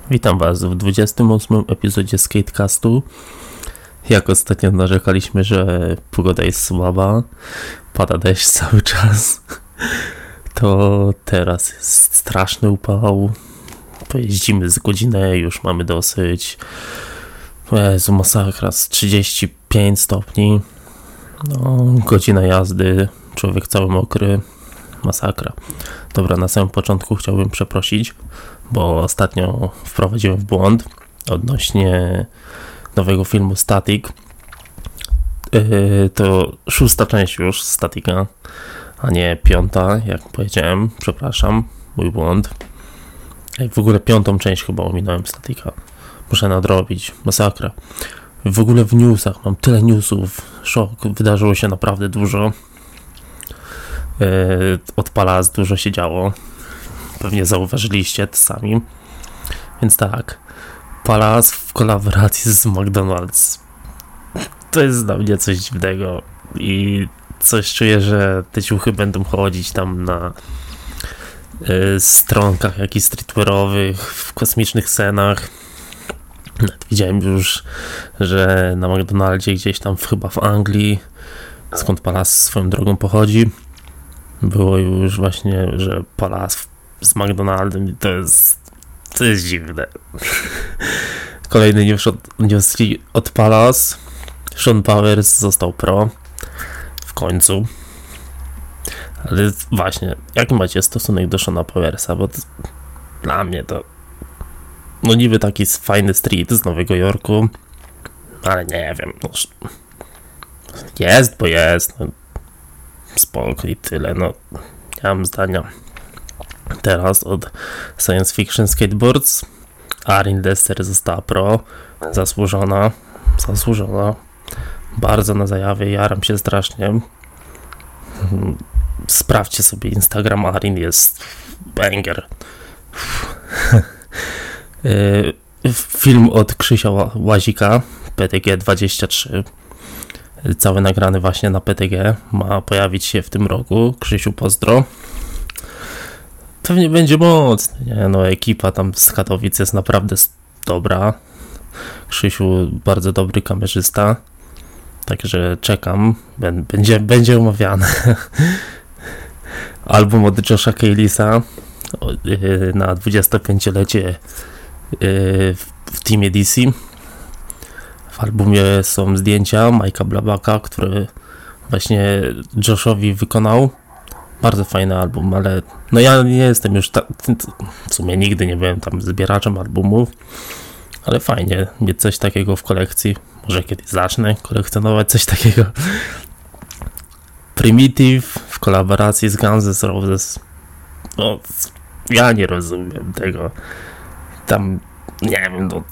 Witam Was w 28. epizodzie Skatecastu. Jak ostatnio narzekaliśmy, że pogoda jest słaba, pada deszcz cały czas, to teraz jest straszny upał. Pojeździmy z godzinę, już mamy dosyć. Jezu, masakra, z 35 stopni. No, godzina jazdy, człowiek cały mokry. Masakra. Dobra, na samym początku chciałbym przeprosić, bo ostatnio wprowadziłem w błąd odnośnie nowego filmu Static. To 6. część już Statica, a nie 5, jak powiedziałem. Przepraszam, mój błąd. W ogóle 5. część chyba ominąłem Statica. Muszę nadrobić. Masakra. W ogóle w newsach mam tyle newsów. Szok. Wydarzyło się naprawdę dużo. Od Palace dużo się działo. Pewnie zauważyliście to sami. Więc tak, Palace w kolaboracji z McDonald's. To jest dla mnie coś dziwnego i coś czuję, że te ciuchy będą chodzić tam na stronkach jakichś streetwearowych, w kosmicznych scenach. Nawet widziałem już, że na McDonaldzie gdzieś tam chyba w Anglii, skąd Palace swoją drogą pochodzi, było już właśnie, że Palace z McDonaldem, to jest dziwne. Kolejny news od Palace. Sean Powers został pro. W końcu. Ale właśnie, jaki macie stosunek do Seana Powersa? Bo dla mnie to no niby taki fajny street z Nowego Jorku, ale nie wiem. No, jest, bo jest. No, spoko i tyle. No, nie mam zdania. Teraz od Science Fiction Skateboards Arin Lester została pro. Zasłużona. Bardzo na zajawie, jaram się strasznie. Sprawdźcie sobie Instagram Arin, jest banger. Film od Krzysia Łazika, PTG 23. Cały nagrany właśnie na PTG. Ma pojawić się w tym roku. Krzysiu, pozdro. Pewnie będzie mocny, nie? No, ekipa tam z Katowic jest naprawdę dobra. Krzysiu bardzo dobry kamerzysta. Także czekam. Będzie omawiane. Album od Josha Kalisa na 25-lecie w teamie DC. W albumie są zdjęcia Mike'a Blabaka, który właśnie Joshowi wykonał. Bardzo fajny album, ale no ja nie jestem już w sumie nigdy nie byłem tam zbieraczem albumów, ale fajnie mieć coś takiego w kolekcji. Może kiedyś zacznę kolekcjonować coś takiego. Primitive w kolaboracji z Guns N' Roses. No, ja nie rozumiem tego. Tam, nie wiem, no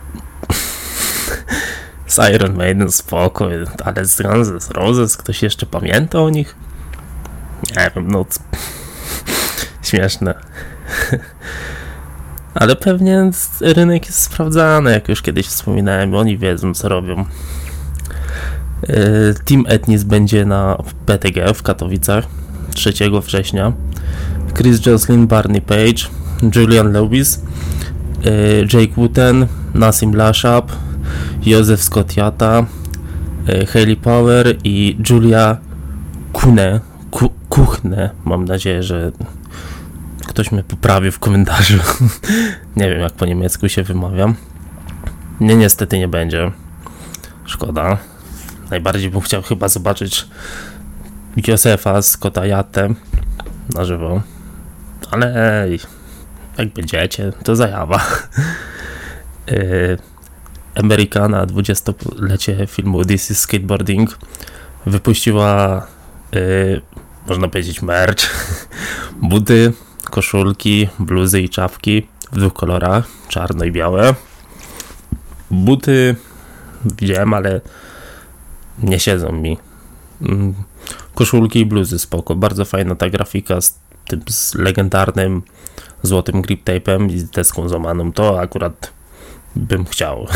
z Iron Maiden spoko, ale z Guns N' Roses ktoś jeszcze pamięta o nich? Nie wiem, no śmieszne. Ale pewnie rynek jest sprawdzany, jak już kiedyś wspominałem, oni wiedzą co robią. Team Etnis będzie na PTG w Katowicach 3 września. Chris Joslin, Barney Page, Julian Lewis, Jake Wooten, Nassim Lashup, Józef Scott-Jata, Hayley Power i Julia Kuchne. Mam nadzieję, że ktoś mnie poprawi w komentarzu. Nie wiem, jak po niemiecku się wymawiam. Nie, niestety nie będzie. Szkoda. Najbardziej bym chciał chyba zobaczyć Józefa Scotta-Jatę na żywo. Ale jak będziecie, to zajawa. Americana 20-lecie filmu This is Skateboarding wypuściła można powiedzieć merch, buty, koszulki, bluzy i czapki w 2 kolorach, czarno i białe. Buty widziałem, ale nie siedzą mi. Koszulki i bluzy spoko, bardzo fajna ta grafika z tym z legendarnym złotym grip tape'em i z deską złamaną, to akurat bym chciał.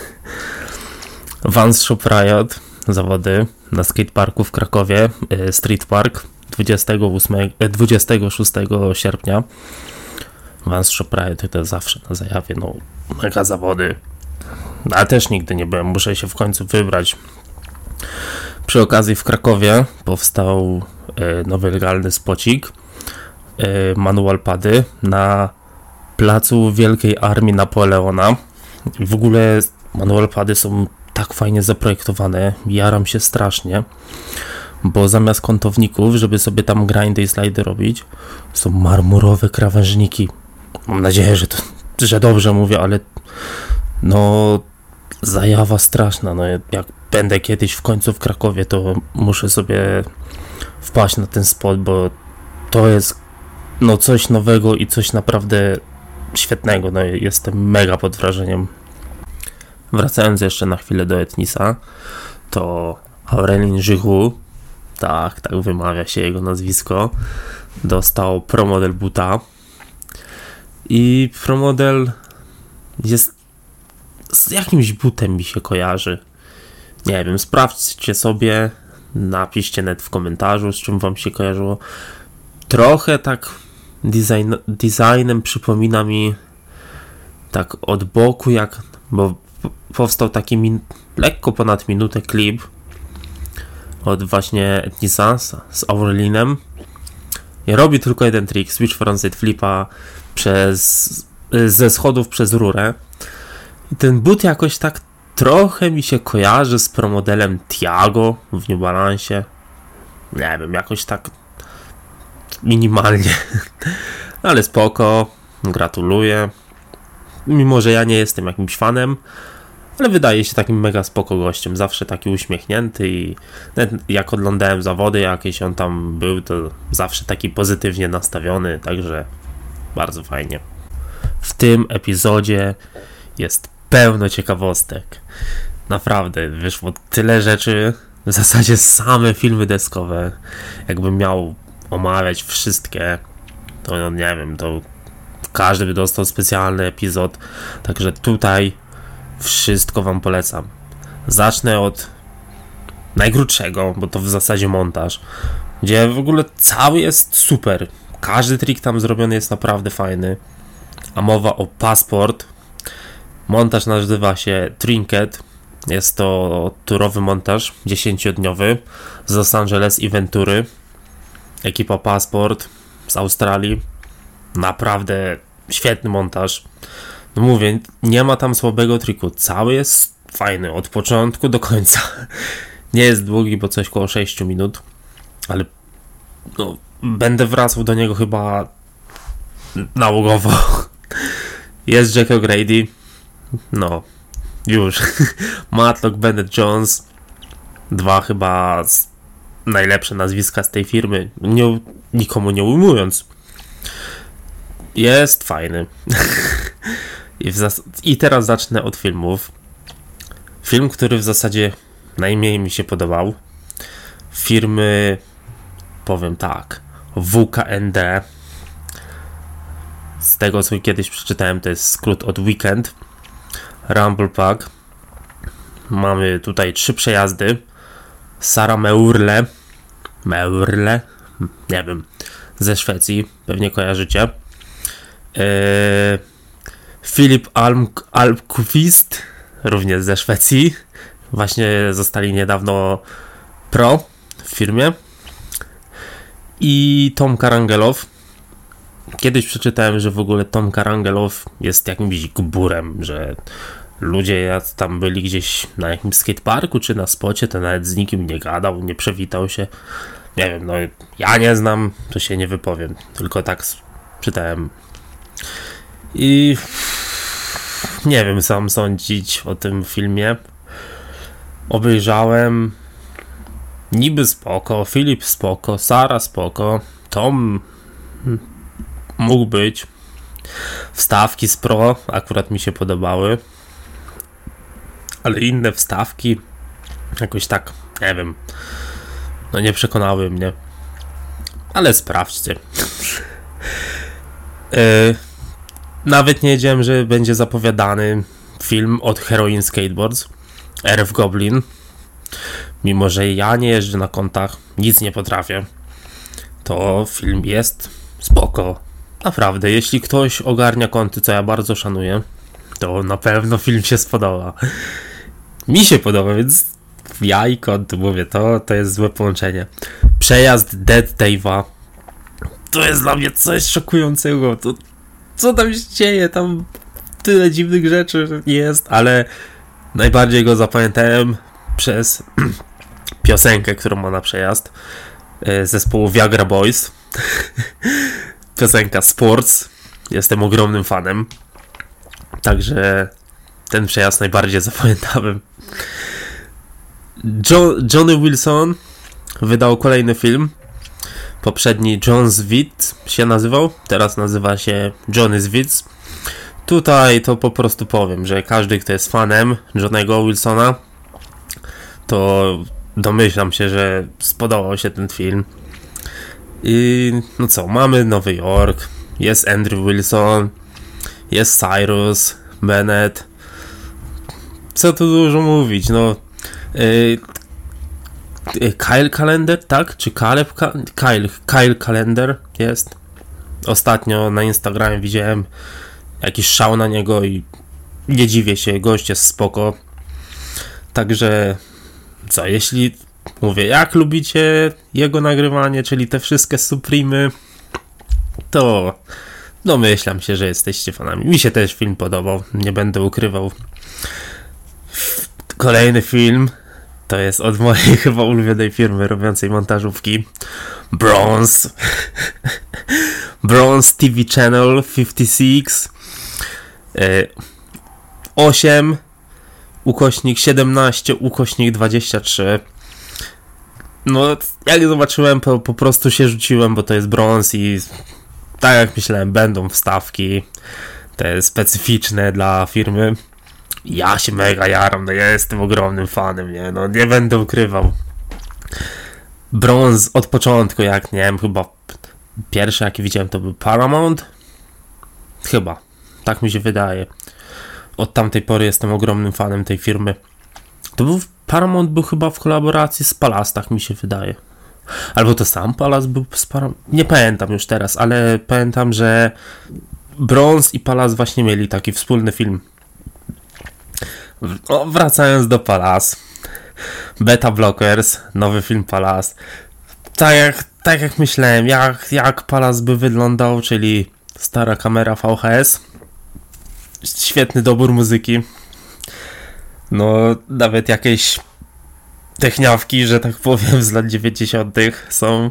Vans Shop Riot, zawody na skateparku w Krakowie, Street Park 26 sierpnia. Vance Shop to zawsze na zajawie, no mega zawody. Ale też nigdy nie byłem, muszę się w końcu wybrać. Przy okazji w Krakowie powstał nowy legalny spocik, manual pady na placu Wielkiej Armii Napoleona. W ogóle manual pady są tak fajnie zaprojektowane, jaram się strasznie, bo zamiast kątowników, żeby sobie tam grindy i slajdy robić, są marmurowe krawężniki. Mam nadzieję, że dobrze mówię, ale no zajawa straszna. No, jak będę kiedyś w końcu w Krakowie, to muszę sobie wpaść na ten spot, bo to jest no coś nowego i coś naprawdę świetnego. No, jestem mega pod wrażeniem. Wracając jeszcze na chwilę do Etnisa, to Aurelien Giroux, tak wymawia się jego nazwisko, dostał promodel buta i promodel jest z jakimś butem mi się kojarzy. Nie wiem, sprawdźcie sobie, napiszcie nawet w komentarzu, z czym wam się kojarzyło. Trochę tak designem przypomina mi tak od boku, bo powstał taki lekko ponad minutę klip od właśnie Etnisa z Aurelienem. I robi tylko jeden trik, switch frontside flipa ze schodów przez rurę. I ten but jakoś tak trochę mi się kojarzy z promodelem Tiago w New Balance. Nie wiem, jakoś tak minimalnie. Ale spoko, gratuluję. Mimo, że ja nie jestem jakimś fanem, ale wydaje się takim mega spoko gościem. Zawsze taki uśmiechnięty i jak oglądałem zawody jakieś, on tam był, to zawsze taki pozytywnie nastawiony, także bardzo fajnie. W tym epizodzie jest pełno ciekawostek. Naprawdę, wyszło tyle rzeczy, w zasadzie same filmy deskowe. Jakbym miał omawiać wszystkie, to no nie wiem, to każdy by dostał specjalny epizod, także tutaj wszystko wam polecam. Zacznę od najkrótszego, bo to w zasadzie montaż, gdzie w ogóle cały jest super. Każdy trik tam zrobiony jest naprawdę fajny. A mowa o Passport. Montaż nazywa się Trinket. Jest to turowy montaż 10-dniowy z Los Angeles i Ventury. Ekipa Passport z Australii. Naprawdę świetny montaż. No mówię, nie ma tam słabego triku. Cały jest fajny od początku do końca. Nie jest długi, bo coś koło 6 minut. Ale no, będę wracał do niego chyba nałogowo. Jest Jack O'Grady. No, już. Matlock Bennett Jones. Dwa chyba najlepsze nazwiska z tej firmy. Nikomu nie ujmując. Jest fajny. I teraz zacznę od filmów. Film, który w zasadzie najmniej mi się podobał. Firmy, powiem tak, WKND. Z tego, co kiedyś przeczytałem, to jest skrót od Weekend. Rumble Pack. Mamy tutaj 3 przejazdy. Sara Meurle, nie wiem, ze Szwecji, pewnie kojarzycie. Filip Almqvist, również ze Szwecji. Właśnie zostali niedawno pro w firmie. I Tom Karangelow. Kiedyś przeczytałem, że w ogóle Tom Karangelow jest jakimś gburem, że ludzie tam byli gdzieś na jakimś skateparku czy na spocie, to nawet z nikim nie gadał, nie przywitał się. Nie wiem, no ja nie znam, to się nie wypowiem, tylko tak czytałem. I nie wiem sam sądzić o tym filmie. Obejrzałem, niby spoko, Filip spoko, Sara spoko, Tom mógł być. Wstawki z Pro akurat mi się podobały, ale inne wstawki jakoś tak, nie wiem, no nie przekonały mnie, ale sprawdźcie. Nawet nie wiedziałem, że będzie zapowiadany film od Heroin Skateboards, RF Goblin. Mimo że ja nie jeżdżę na kontach, nic nie potrafię, to film jest spoko. naprawdę, jeśli ktoś ogarnia kąty, co ja bardzo szanuję, to na pewno film się spodoba. Mi się podoba, więc ja i kąty mówię, to jest złe połączenie. Przejazd Dead Dave'a to jest dla mnie coś szokującego. To, co tam się dzieje? Tam tyle dziwnych rzeczy jest, ale najbardziej go zapamiętałem przez piosenkę, którą ma na przejazd zespołu Viagra Boys. Piosenka Sports. Jestem ogromnym fanem. Także ten przejazd najbardziej zapamiętałem. Johnny Wilson wydał kolejny film. Poprzedni John's Wit się nazywał. Teraz nazywa się Johnny's Wits. Tutaj to po prostu powiem, że każdy, kto jest fanem Johnny'ego Wilsona, to domyślam się, że spodobał się ten film. I no co, mamy Nowy Jork, jest Andrew Wilson, jest Cyrus Bennett. Co tu dużo mówić, no. Kyle Callender, tak? Czy Kyle Callender jest. Ostatnio na Instagramie widziałem jakiś szał na niego i nie dziwię się, gość jest spoko. Także co, jeśli mówię, jak lubicie jego nagrywanie, czyli te wszystkie Supremy, to domyślam się, że jesteście fanami. Mi się też film podobał, nie będę ukrywał. Kolejny film to jest od mojej chyba ulubionej firmy robiącej montażówki, Bronze. Bronze TV Channel 56 8/17/23. No, jak zobaczyłem, po prostu się rzuciłem, bo to jest brąz i tak jak myślałem, będą wstawki te specyficzne dla firmy. Ja się mega jaram, no ja jestem ogromnym fanem, nie? No nie będę ukrywał. Brąz od początku, jak nie wiem, chyba pierwszy jaki widziałem to był Paramount. Chyba, tak mi się wydaje. Od tamtej pory jestem ogromnym fanem tej firmy. Paramount był chyba w kolaboracji z Palace, tak mi się wydaje. Albo to sam Palace był z Paramount. Nie pamiętam już teraz, ale pamiętam, że Bronze i Palace właśnie mieli taki wspólny film. No, wracając do Palace. Beta Blockers, nowy film Palace. Tak jak myślałem, jak Palace by wyglądał, czyli stara kamera VHS. Świetny dobór muzyki. No, nawet jakieś techniawki, że tak powiem, z lat 90. są.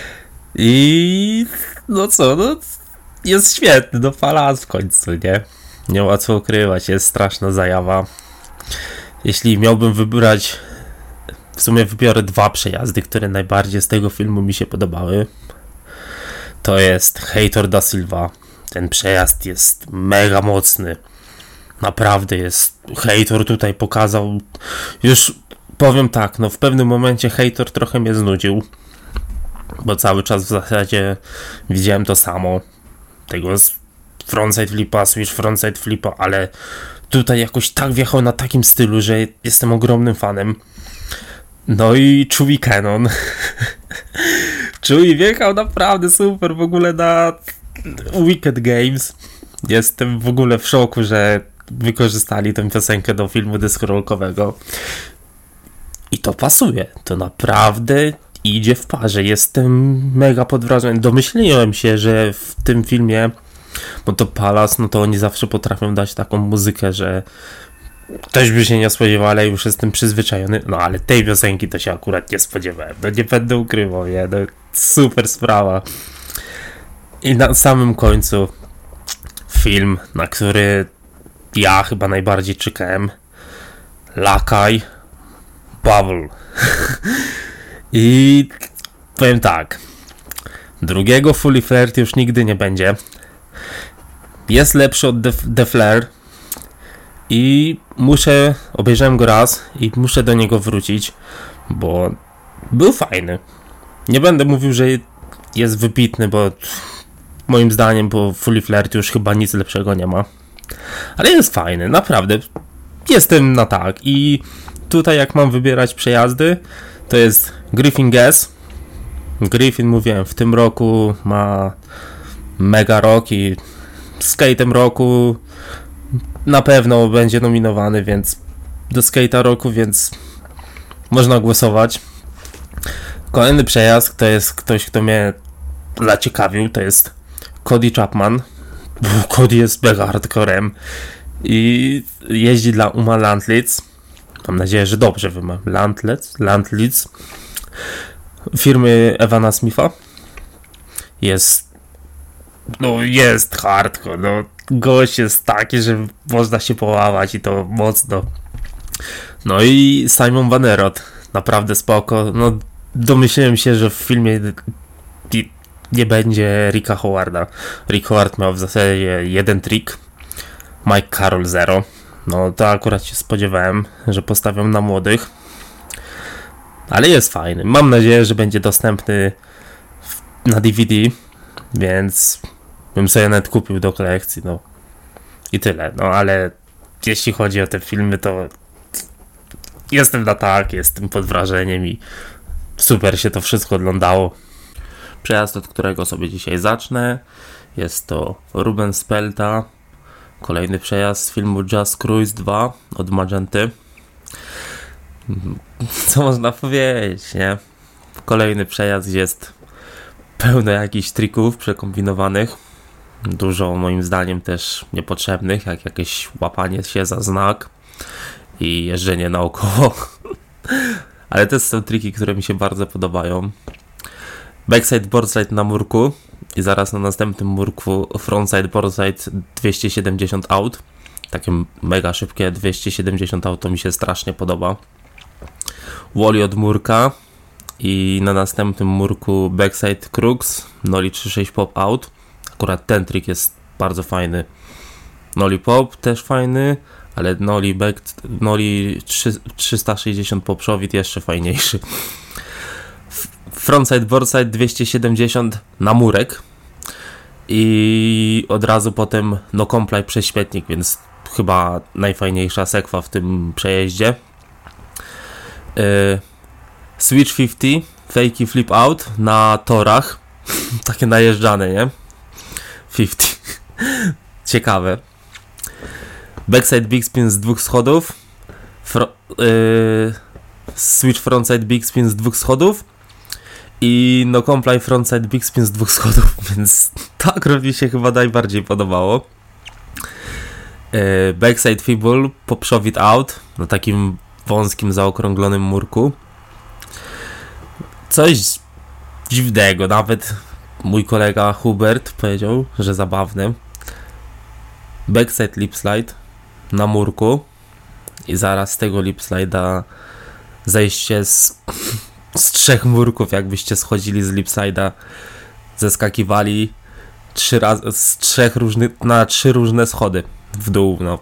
I no co, no jest świetny, no Palace w końcu, nie? Nie ma co ukrywać, jest straszna zajawa. Jeśli miałbym wybrać, w sumie wybiorę dwa przejazdy, które najbardziej z tego filmu mi się podobały. To jest Heitor da Silva. Ten przejazd jest mega mocny. Naprawdę jest. Heitor tutaj pokazał. Już powiem tak, no w pewnym momencie Heitor trochę mnie znudził. Bo cały czas w zasadzie widziałem to samo. Tego frontside flipa, switch frontside flipa, ale tutaj jakoś tak wjechał na takim stylu, że jestem ogromnym fanem. No i Chewie Cannon. Chewie wjechał naprawdę super w ogóle na Wicked Games. Jestem w ogóle w szoku, że wykorzystali tę piosenkę do filmu deskorolkowego. I to pasuje. To naprawdę idzie w parze. Jestem mega pod wrażeniem. Domyśliłem się, że w tym filmie, bo to Palace, no to oni zawsze potrafią dać taką muzykę, że ktoś by się nie spodziewał, ale już jestem przyzwyczajony. No ale tej piosenki to się akurat nie spodziewałem. No nie będę ukrywał, nie? No, super sprawa. I na samym końcu film, na który ja chyba najbardziej czekałem. Lakaj Bubble. I powiem tak. Drugiego Fully Flirt już nigdy nie będzie. Jest lepszy od The Flare. I obejrzałem go raz i muszę do niego wrócić, bo był fajny. Nie będę mówił, że jest wybitny, bo moim zdaniem po Fully Flirt już chyba nic lepszego nie ma. Ale jest fajny, naprawdę. Jestem na tak. I tutaj jak mam wybierać przejazdy, to jest Griffin Gas. Griffin, mówiłem, w tym roku ma mega rok i skate'em roku na pewno będzie nominowany, więc do skate'a roku, więc można głosować. Kolejny przejazd to jest ktoś, kto mnie zaciekawił, to jest Cody Chapman. Cody jest mega hardcorem i jeździ dla Uma Landlitz. Mam nadzieję, że dobrze wymawiam. Landlitz firmy Evana Smitha. Jest hardcore, gość jest taki, że można się połamać i to mocno. No i Simon Van Erot, naprawdę spoko. Domyśliłem się, że w filmie nie będzie Ricka Howarda. Rick Howard miał w zasadzie jeden trik, Mike Carroll 0. To akurat się spodziewałem, że postawią na młodych. Ale jest fajny. Mam nadzieję, że będzie dostępny na DVD, więc bym sobie nawet kupił do kolekcji, i tyle. Ale jeśli chodzi o te filmy, to jestem jestem pod wrażeniem i super się to wszystko oglądało. Przejazd, od którego sobie dzisiaj zacznę, jest to Ruben Spelta. Kolejny przejazd z filmu Just Cruise 2 od Magenty. Co można powiedzieć, nie? Kolejny przejazd jest pełno jakichś trików przekombinowanych. Dużo moim zdaniem też niepotrzebnych, jak jakieś łapanie się za znak i jeżdżenie naokoło. Ale to są triki, które mi się bardzo podobają. Backside boardside na murku i zaraz na następnym murku frontside boardside 270 out. Takie mega szybkie 270 out, to mi się strasznie podoba. Wally od murka i na następnym murku backside crux, nollie 3.6 pop out. Akurat ten trik jest bardzo fajny. Nollie pop też fajny, ale nollie 360 pop shove jeszcze fajniejszy. Frontside boardside 270 na murek i od razu potem no comply przez śmietnik, więc chyba najfajniejsza sekwa w tym przejeździe. Switch 50 fakey flip out na torach. Takie najeżdżane, nie? 50. Ciekawe. Backside big spin z dwóch schodów. Switch frontside big spin z dwóch schodów. I no comply frontside big spin z dwóch schodów, więc tak mi się chyba najbardziej podobało. Backside fibble pop shove it out na takim wąskim, zaokrąglonym murku. Coś dziwnego, nawet mój kolega Hubert powiedział, że zabawne. Backside lip slide na murku i zaraz z tego lip slide'a zejście z 3 murków, jakbyście schodzili z lip slide'a, zeskakiwali 3 razy z 3 różnych na 3 różne schody w dół, no.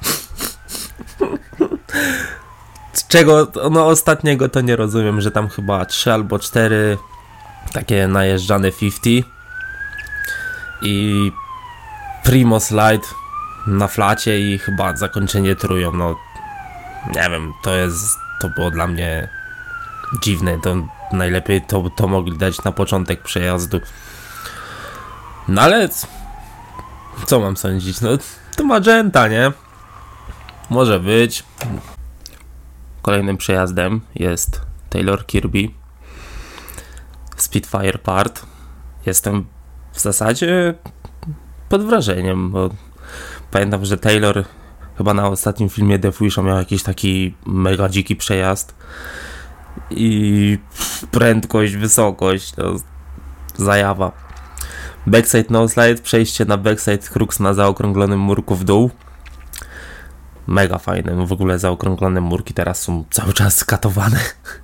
Z czego, no ostatniego to nie rozumiem, że tam chyba 3 albo 4 takie najeżdżane 50 i primo slide na flacie i chyba zakończenie trójką, no nie wiem, to było dla mnie dziwne, to najlepiej to mogli dać na początek przejazdu. No ale co mam sądzić, no to Magenta, nie? Może być. Kolejnym przejazdem jest Taylor Kirby Spitfire Part. Jestem w zasadzie pod wrażeniem, bo pamiętam, że Taylor chyba na ostatnim filmie Death Wisha miał jakiś taki mega dziki przejazd i prędkość, wysokość, to zajawa. Backside no slide, przejście na backside crux na zaokrąglonym murku w dół. Mega fajne, w ogóle zaokrąglone murki teraz są cały czas skatowane.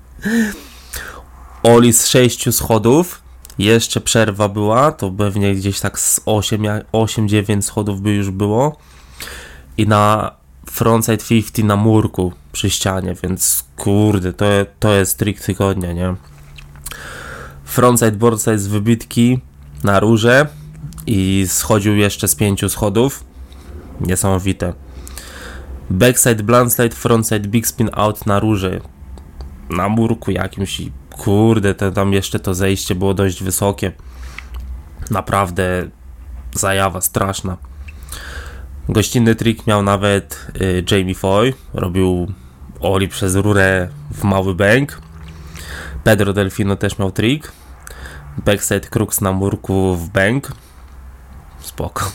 Oli z 6 schodów, jeszcze przerwa była, to pewnie gdzieś tak z 8-9 schodów by już było. I na frontside 50 na murku przy ścianie, więc kurde, to jest trik tygodnia, nie? Frontside boardside z wybitki na rurze i schodził jeszcze z 5 schodów. Niesamowite. Backside blindside, frontside big spin out na rurze. Na murku jakimś i kurde, tam jeszcze to zejście było dość wysokie. Naprawdę zajawa straszna. Gościnny trik miał nawet Jamie Foy, robił Oli przez rurę w mały bęk. Pedro Delfino też miał trik. Backside crux na murku w bęk. Spoko.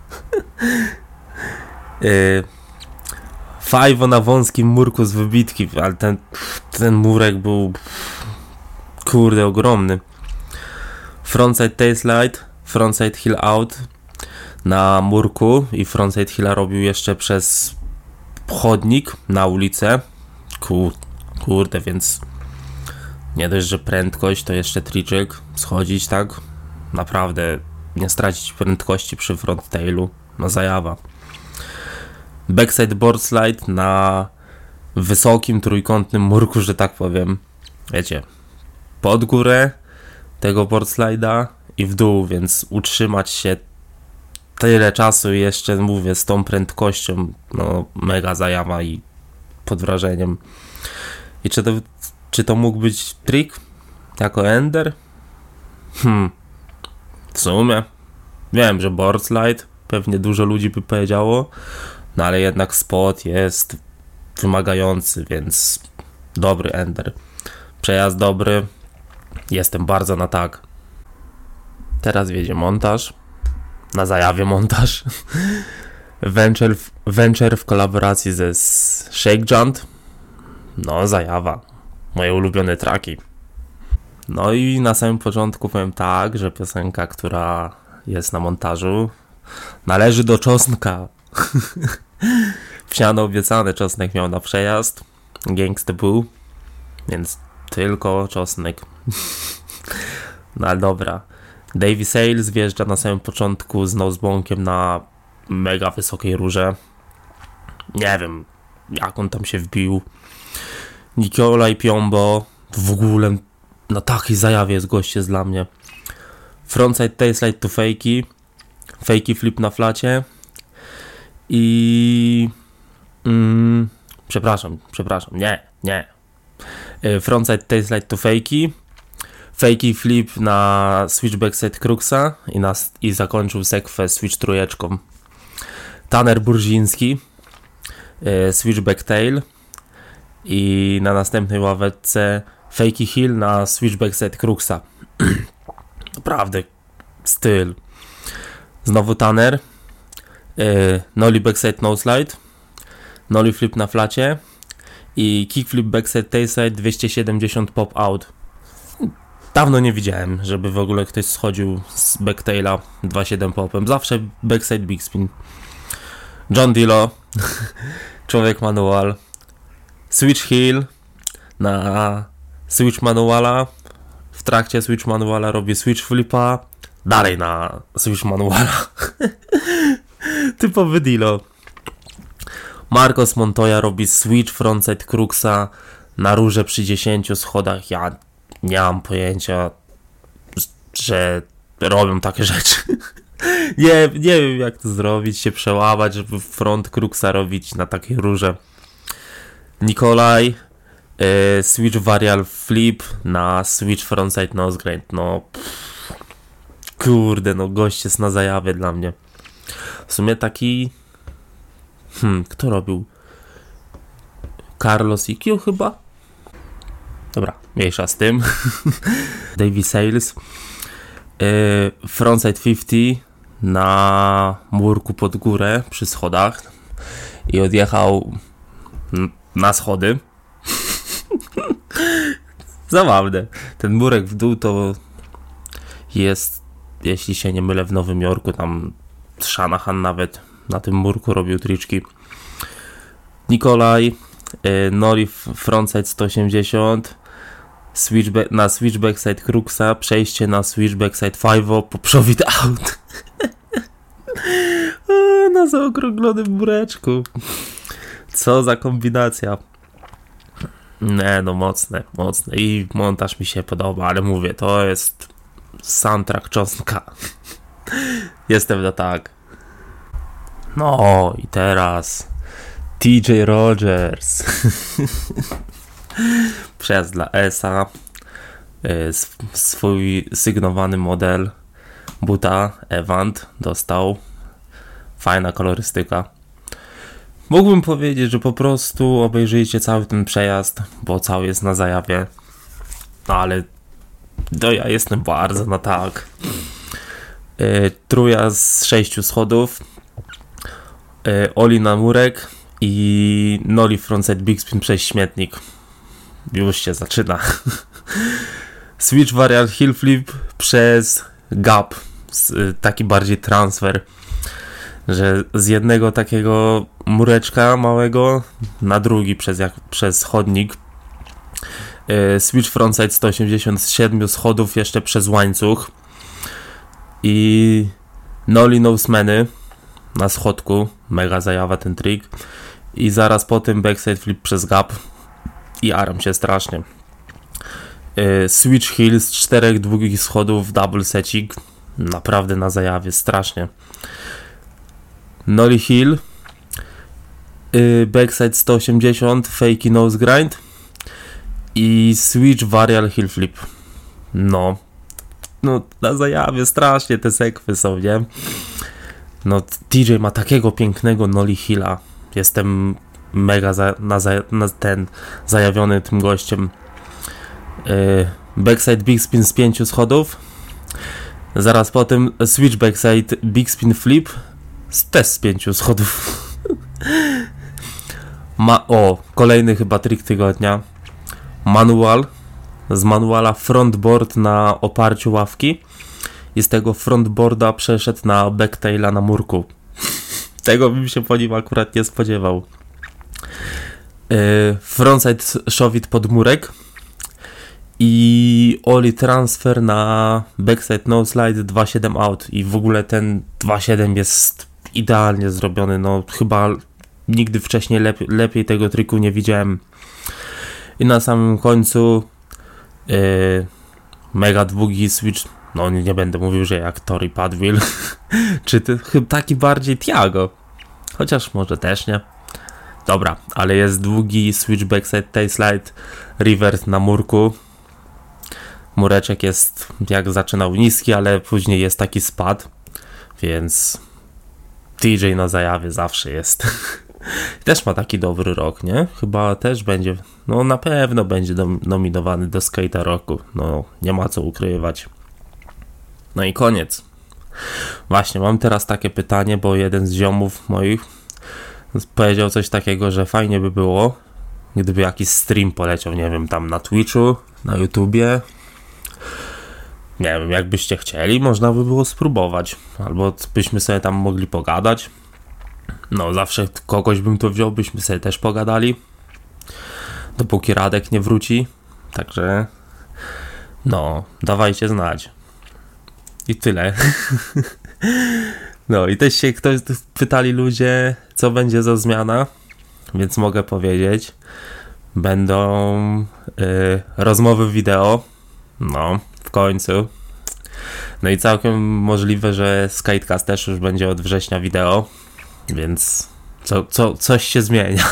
Fajwo na wąskim murku z wybitki, ale ten murek był kurde ogromny. Frontside tailslide, frontside heel out na murku i frontside heela robił jeszcze przez chodnik na ulicę. Kurde, więc nie dość, że prędkość, to jeszcze triczek schodzić, tak? Naprawdę nie stracić prędkości przy front tailu. No zajawa. Backside board slide na wysokim trójkątnym murku, że tak powiem. Wiecie, pod górę tego board slide'a i w dół, więc utrzymać się tyle czasu i jeszcze mówię z tą prędkością, no mega zajawa i pod wrażeniem. I czy to mógł być trik jako ender? W sumie wiem, że board slide pewnie dużo ludzi by powiedziało, no ale jednak spot jest wymagający, więc dobry ender. Przejazd dobry, jestem bardzo na tak. Teraz wiedzie montaż, na zajawie montaż. Venture w kolaboracji ze Shake Junt. No zajawa, moje ulubione traki. No i na samym początku powiem tak, że piosenka, która jest na montażu, należy do Czosnka. Wsiano obiecany Czosnek miał na przejazd. Gangsta Boo. Więc tylko Czosnek. No ale dobra. Davey Sales wjeżdża na samym początku z nosebonkiem na mega wysokiej rurze. Nie wiem, jak on tam się wbił. Nikolaj Piombo w ogóle na takiej zajawie jest goście dla mnie. Frontside tailslide to fakey. Fakey flip na flacie. I... Przepraszam. Nie. Frontside tailslide to fakey. Fakey flip na switch backside cruxa i zakończył sekwę switch trójeczką. Tanner Burziński. Switch back tail. I na następnej ławeczce fakey heel na switch backside cruxa. Naprawdę styl. Znowu Tanner. Nollie backside no slide. Nollie flip na flacie. I kickflip backside tailslide 270 pop out. Dawno nie widziałem, żeby w ogóle ktoś schodził z backtaila 2.7 popem. Zawsze backside big spin. John Dillo. Człowiek manual. Switch heel na switch manuala. W trakcie switch manuala robi switch flipa. Dalej na switch manuala. Typowy Dillo. Marcos Montoya robi switch frontside cruxa na rurze przy 10 schodach. Ja nie mam pojęcia, że robią takie rzeczy. nie wiem jak to zrobić, się przełamać, żeby front cruxa robić na takiej rurze. Nikolaj switch varial flip na switch frontside nose grind. No kurde, no gość jest na zajawie dla mnie. W sumie taki kto robił? Carlos IQ chyba? Dobra, mniejsza z tym. Davey Sales. Frontside 50 na murku pod górę przy schodach i odjechał na schody. Zabawne. Ten murek w dół to jest, jeśli się nie mylę, w Nowym Jorku. Tam Shanahan nawet na tym murku robił triczki. Nikolaj Nollie frontside 180 na switch backside cruxa, przejście na switch backside 5 poprzowid out. Na zaokrąglonym mureczku. Co za kombinacja. Nie no, mocne i montaż mi się podoba, ale mówię, to jest soundtrack Czosnka. Jestem na tak. No i teraz TJ Rogers. Przejazd dla ESA. Swój sygnowany model buta Event dostał. Fajna kolorystyka. Mógłbym powiedzieć, że po prostu obejrzyjcie cały ten przejazd, bo cały jest na zajawie. No ale ja jestem bardzo na tak. Truja z 6 schodów. Oli na murek i noli frontside big spin przez śmietnik. Już się zaczyna. Switch varial heel flip przez gap. Taki bardziej transfer, że z jednego takiego mureczka małego na drugi przez chodnik. Switch frontside 180 z 7 schodów jeszcze przez łańcuch i nollie nosemany na schodku, mega zajawa ten trik i zaraz po tym backside flip przez gap i jaram się strasznie. Switch heel z 4 długich schodów, double secik, naprawdę na zajawie, strasznie. Nollie heel, backside 180, fakey nose grind i switch varial heel flip. No na zajawie strasznie te sekwy są, nie? No TJ ma takiego pięknego nollie heela. Jestem mega zajawiony tym gościem. Backside big spin z 5 schodów. Zaraz potem switch backside big spin flip też z 5 schodów. Kolejny chyba trik tygodnia. Manual. Z manuala frontboard na oparciu ławki i z tego frontboarda przeszedł na backtaila na murku. Tego bym się po nim akurat nie spodziewał. Frontside shove-it pod murek i ollie transfer na backside no slide 2.7 out i w ogóle ten 2.7 jest idealnie zrobiony, no chyba nigdy wcześniej lepiej tego triku nie widziałem. I na samym końcu mega długi switch, no nie będę mówił, że jak Tori Padwheel, czy chyba taki bardziej Tiago, chociaż może też nie. Dobra, ale jest długi switch backside tail slide reverse na murku. Mureczek jest jak zaczynał niski, ale później jest taki spad, więc TJ na zajawie zawsze jest. Też ma taki dobry rok, nie? Chyba też będzie, no na pewno będzie nominowany do Skate'a Roku. No nie ma co ukrywać. No i koniec. Właśnie, mam teraz takie pytanie, bo jeden z ziomów moich powiedział coś takiego, że fajnie by było, gdyby jakiś stream poleciał, nie wiem, tam na Twitchu, na YouTubie. Nie wiem, jakbyście chcieli, można by było spróbować. Albo byśmy sobie tam mogli pogadać. No, zawsze kogoś bym tu wziął, byśmy sobie też pogadali. Dopóki Radek nie wróci. Także, no, dawajcie znać. I tyle. No, i też się pytali ludzie, co będzie za zmiana. Więc mogę powiedzieć. Będą rozmowy wideo. No, w końcu. No i całkiem możliwe, że Skatecast też już będzie od września wideo. Więc coś się zmienia.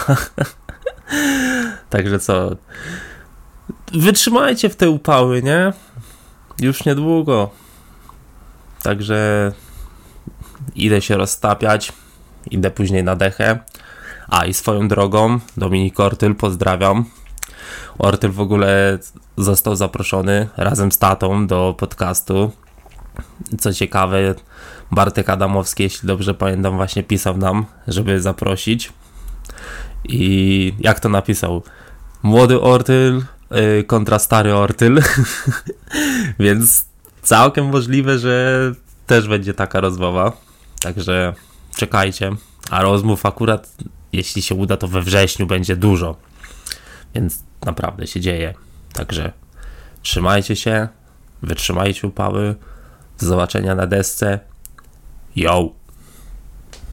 Także co? Wytrzymajcie w te upały, nie? Już niedługo. Także idę się roztapiać. Idę później na dechę. A i swoją drogą Dominik Ortyl, pozdrawiam. Ortyl w ogóle został zaproszony razem z tatą do podcastu. Co ciekawe, Bartek Adamowski, jeśli dobrze pamiętam, właśnie pisał nam, żeby zaprosić. I jak to napisał? Młody Ortyl kontra stary Ortyl. Więc całkiem możliwe, że też będzie taka rozmowa. Także czekajcie. A rozmów akurat, jeśli się uda, to we wrześniu będzie dużo. Więc naprawdę się dzieje. Także trzymajcie się, wytrzymajcie upały. Do zobaczenia na desce. Yo!